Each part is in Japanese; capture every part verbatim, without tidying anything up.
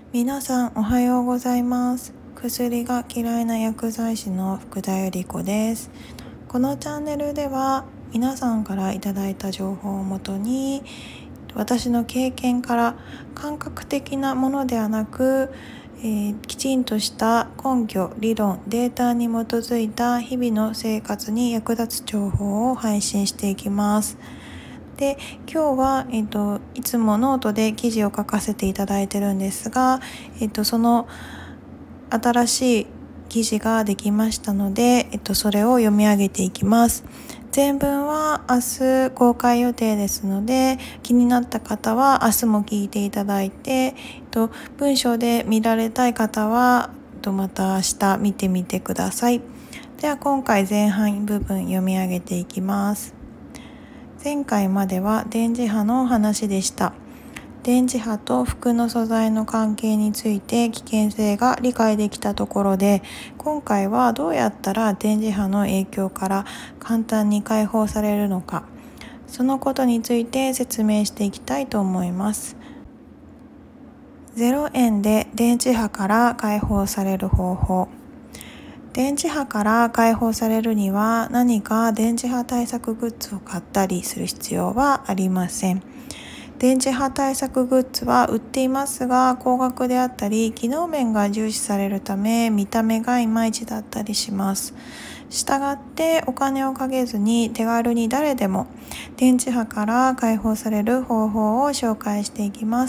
皆さんおはようございます。薬が嫌いな薬剤師の福田由里子です。このチャンネルでは皆さんからいただいた情報をもとに、私の経験から感覚的なものではなく、えー、きちんとした根拠、理論、データに基づいた日々の生活に役立つ情報を配信していきます。で今日は、えーと、いつもノートで記事を書かせていただいてるんですが、えーと、その新しい記事ができましたので、えーと、それを読み上げていきます。全文は明日公開予定ですので、気になった方は明日も聞いていただいて、えーと、文章で見られたい方は、えーと、また明日見てみてください。では今回前半部分読み上げていきます。前回までは電磁波の話でした。電磁波と服の素材の関係について危険性が理解できたところで、今回はどうやったら電磁波の影響から簡単に解放されるのか、そのことについて説明していきたいと思います。ゼロえんで電磁波から解放される方法。電磁波から解放されるには何か電磁波対策グッズを買ったりする必要はありません。電磁波対策グッズは売っていますが、高額であったり機能面が重視されるため見た目がいまいちだったりします。したがってお金をかけずに手軽に誰でも電磁波から解放される方法を紹介していきます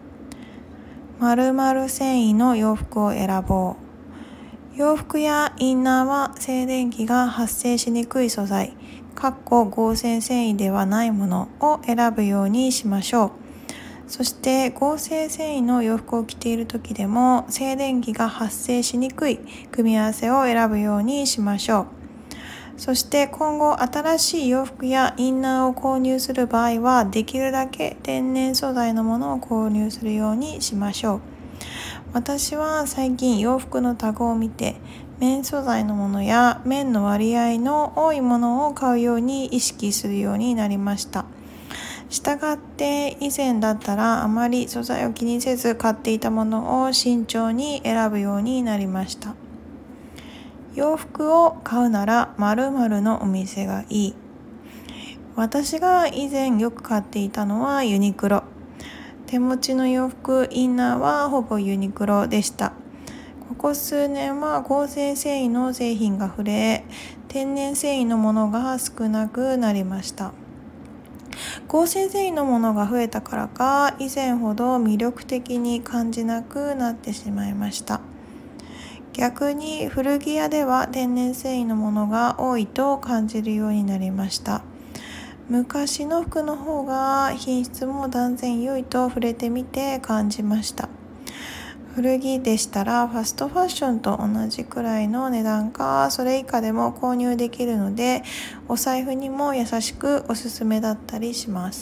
。〇〇繊維の洋服を選ぼう。洋服やインナーは静電気が発生しにくい素材、かっこ合成繊維ではないものを選ぶようにしましょう。そして合成繊維の洋服を着ている時でも静電気が発生しにくい組み合わせを選ぶようにしましょう。そして今後新しい洋服やインナーを購入する場合は、できるだけ天然素材のものを購入するようにしましょう。私は最近洋服のタグを見て、綿素材のものや綿の割合の多いものを買うように意識するようになりました。したがって以前だったらあまり素材を気にせず買っていたものを慎重に選ぶようになりました。洋服を買うなら〇〇のお店がいい。私が以前よく買っていたのはユニクロ。手持ちの洋服、インナーはほぼユニクロでした。ここ数年は合成繊維の製品が増え、天然繊維のものが少なくなりました。合成繊維のものが増えたからか、以前ほど魅力的に感じなくなってしまいました。逆に古着屋では天然繊維のものが多いと感じるようになりました。昔の服の方が品質も断然良いと触れてみて感じました。古着でしたらファストファッションと同じくらいの値段かそれ以下でも購入できるので、お財布にも優しくおすすめだったりします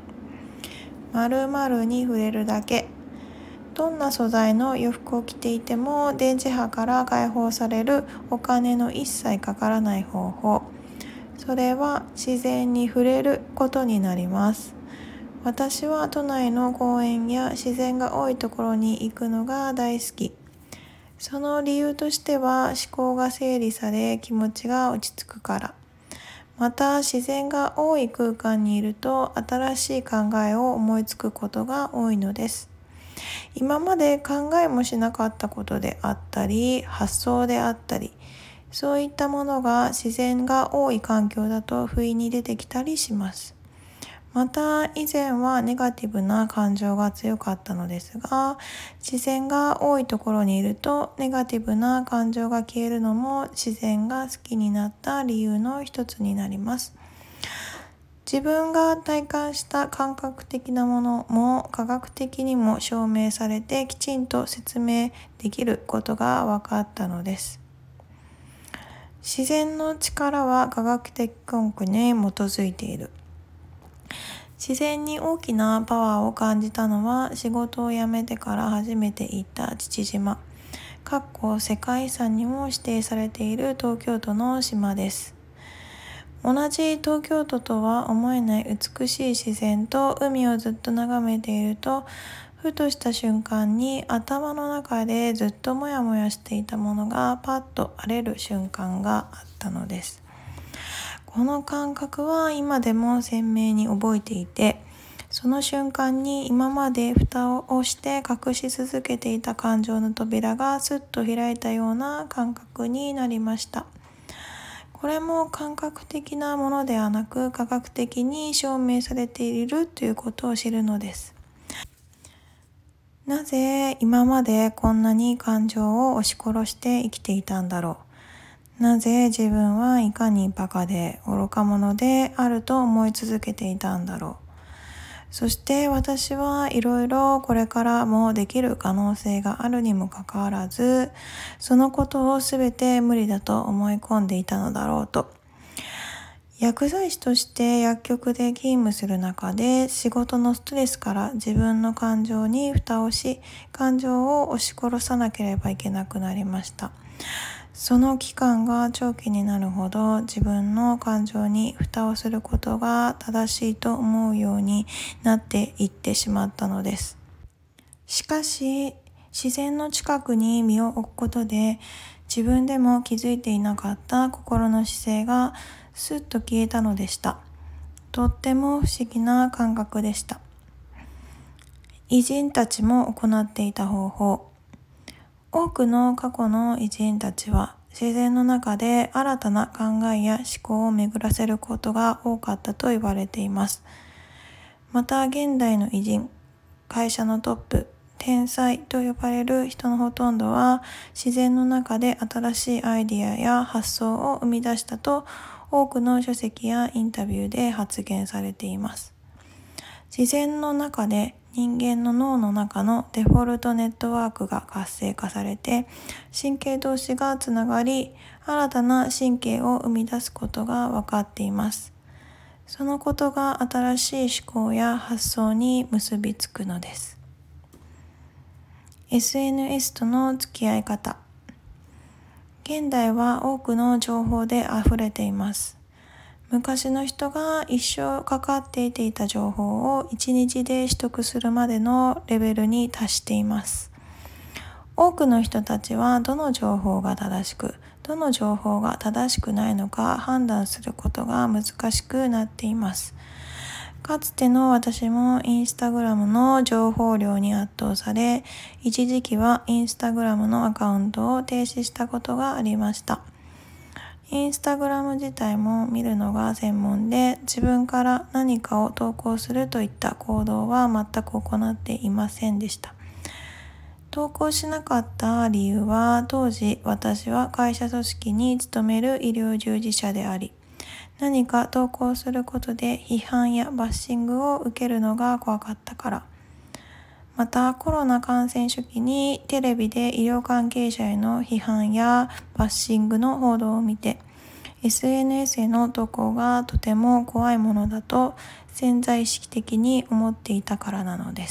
。〇〇に触れるだけ。どんな素材の洋服を着ていても電磁波から解放されるお金の一切かからない方法。それは自然に触れることになります。私は都内の公園や自然が多いところに行くのが大好き。その理由としては思考が整理され気持ちが落ち着くから。また自然が多い空間にいると新しい考えを思いつくことが多いのです。今まで考えもしなかったことであったり発想であったり、そういったものが自然が多い環境だと不意に出てきたりします。また以前はネガティブな感情が強かったのですが、自然が多いところにいるとネガティブな感情が消えるのも自然が好きになった理由の一つになります。自分が体感した感覚的なものも科学的にも証明されてきちんと説明できることが分かったのです。自然の力は科学的根拠に基づいている。自然に大きなパワーを感じたのは仕事を辞めてから初めて行った父島、かっこ世界遺産にも指定されている東京都の島です。同じ東京都とは思えない美しい自然と海をずっと眺めていると、 ふとした瞬間に頭の中でずっとモヤモヤしていたものがパッと荒れる瞬間があったのです。この感覚は今でも鮮明に覚えていて、その瞬間に今まで蓋をして隠し続けていた感情の扉がスッと開いたような感覚になりました。これも感覚的なものではなく、科学的に証明されているということを知るのです。なぜ今までこんなに感情を押し殺して生きていたんだろう。なぜ自分はいかにバカで愚か者であると思い続けていたんだろう。そして私はいろいろこれからもできる可能性があるにもかかわらず、そのことをすべて無理だと思い込んでいたのだろうと。薬剤師として薬局で勤務する中で、仕事のストレスから自分の感情に蓋をし、感情を押し殺さなければいけなくなりました。その期間が長期になるほど、自分の感情に蓋をすることが正しいと思うようになっていってしまったのです。しかし、自然の近くに身を置くことで、自分でも気づいていなかった心の姿勢がスッと消えたのでした。とっても不思議な感覚でした。偉人たちも行っていた方法。多くの過去の偉人たちは自然の中で新たな考えや思考を巡らせることが多かったと言われています。また現代の偉人、会社のトップ、天才と呼ばれる人のほとんどは自然の中で新しいアイディアや発想を生み出したと多くの書籍やインタビューで発言されています。自然の中で人間の脳の中のデフォルトネットワークが活性化されて、神経同士がつながり、新たな神経を生み出すことが分かっています。そのことが新しい思考や発想に結びつくのです。エスエヌエス との付き合い方。現代は多くの情報で溢れています。昔の人が一生かかっていていた情報を一日で取得するまでのレベルに達しています。多くの人たちはどの情報が正しく、どの情報が正しくないのか判断することが難しくなっています。かつての私もインスタグラムの情報量に圧倒され、一時期はインスタグラムのアカウントを停止したことがありました。インスタグラム自体も見るのが専門で、自分から何かを投稿するといった行動は全く行っていませんでした。投稿しなかった理由は、当時私は会社組織に勤める医療従事者であり、何か投稿することで批判やバッシングを受けるのが怖かったから。またコロナ感染初期にテレビで医療関係者への批判やバッシングの報道を見て、エスエヌエス への投稿がとても怖いものだと潜在意識的に思っていたからなのです。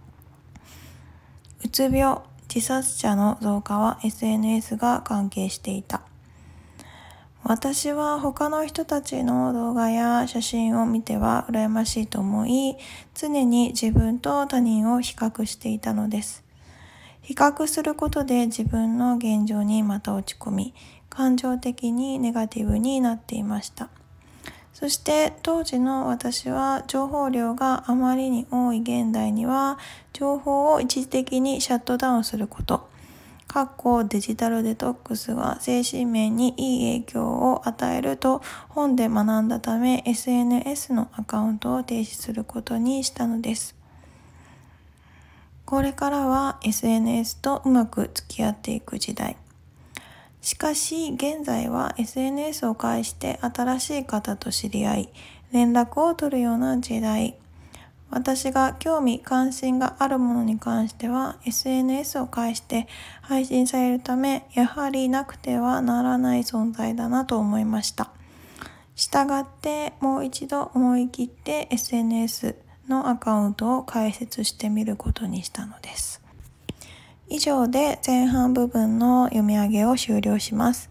うつ病、自殺者の増加は エスエヌエス が関係していた。私は他の人たちの動画や写真を見ては羨ましいと思い、常に自分と他人を比較していたのです。比較することで自分の現状にまた落ち込み、感情的にネガティブになっていました。そして当時の私は情報量があまりに多い現代には情報を一時的にシャットダウンすること、かっこデジタルデトックスが精神面にいい影響を与えると本で学んだため エスエヌエス のアカウントを停止することにしたのです。これからは エスエヌエス とうまく付き合っていく時代。しかし現在は エスエヌエス を介して新しい方と知り合い、連絡を取るような時代。私が興味関心があるものに関しては エスエヌエス を介して配信されるため、やはりなくてはならない存在だなと思いました。したがってもう一度思い切って エスエヌエス のアカウントを開設してみることにしたのです。以上で前半部分の読み上げを終了します。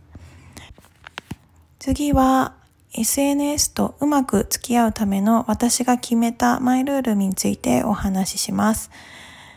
次はエスエヌエス とうまく付き合うための私が決めたマイルールについてお話しします。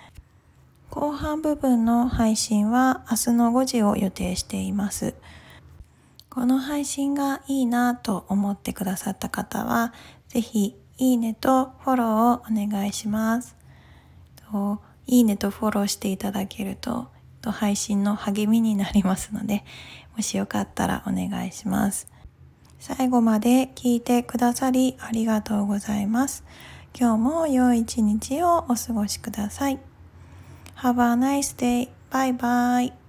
後半部分の配信は明日のごじを予定しています。この配信がいいなと思ってくださった方は、ぜひいいねとフォローをお願いします。といいねとフォローしていただけると、と配信の励みになりますので、もしよかったらお願いします。最後まで聞いてくださりありがとうございます。今日も良い一日をお過ごしください。Have a nice day. Bye bye.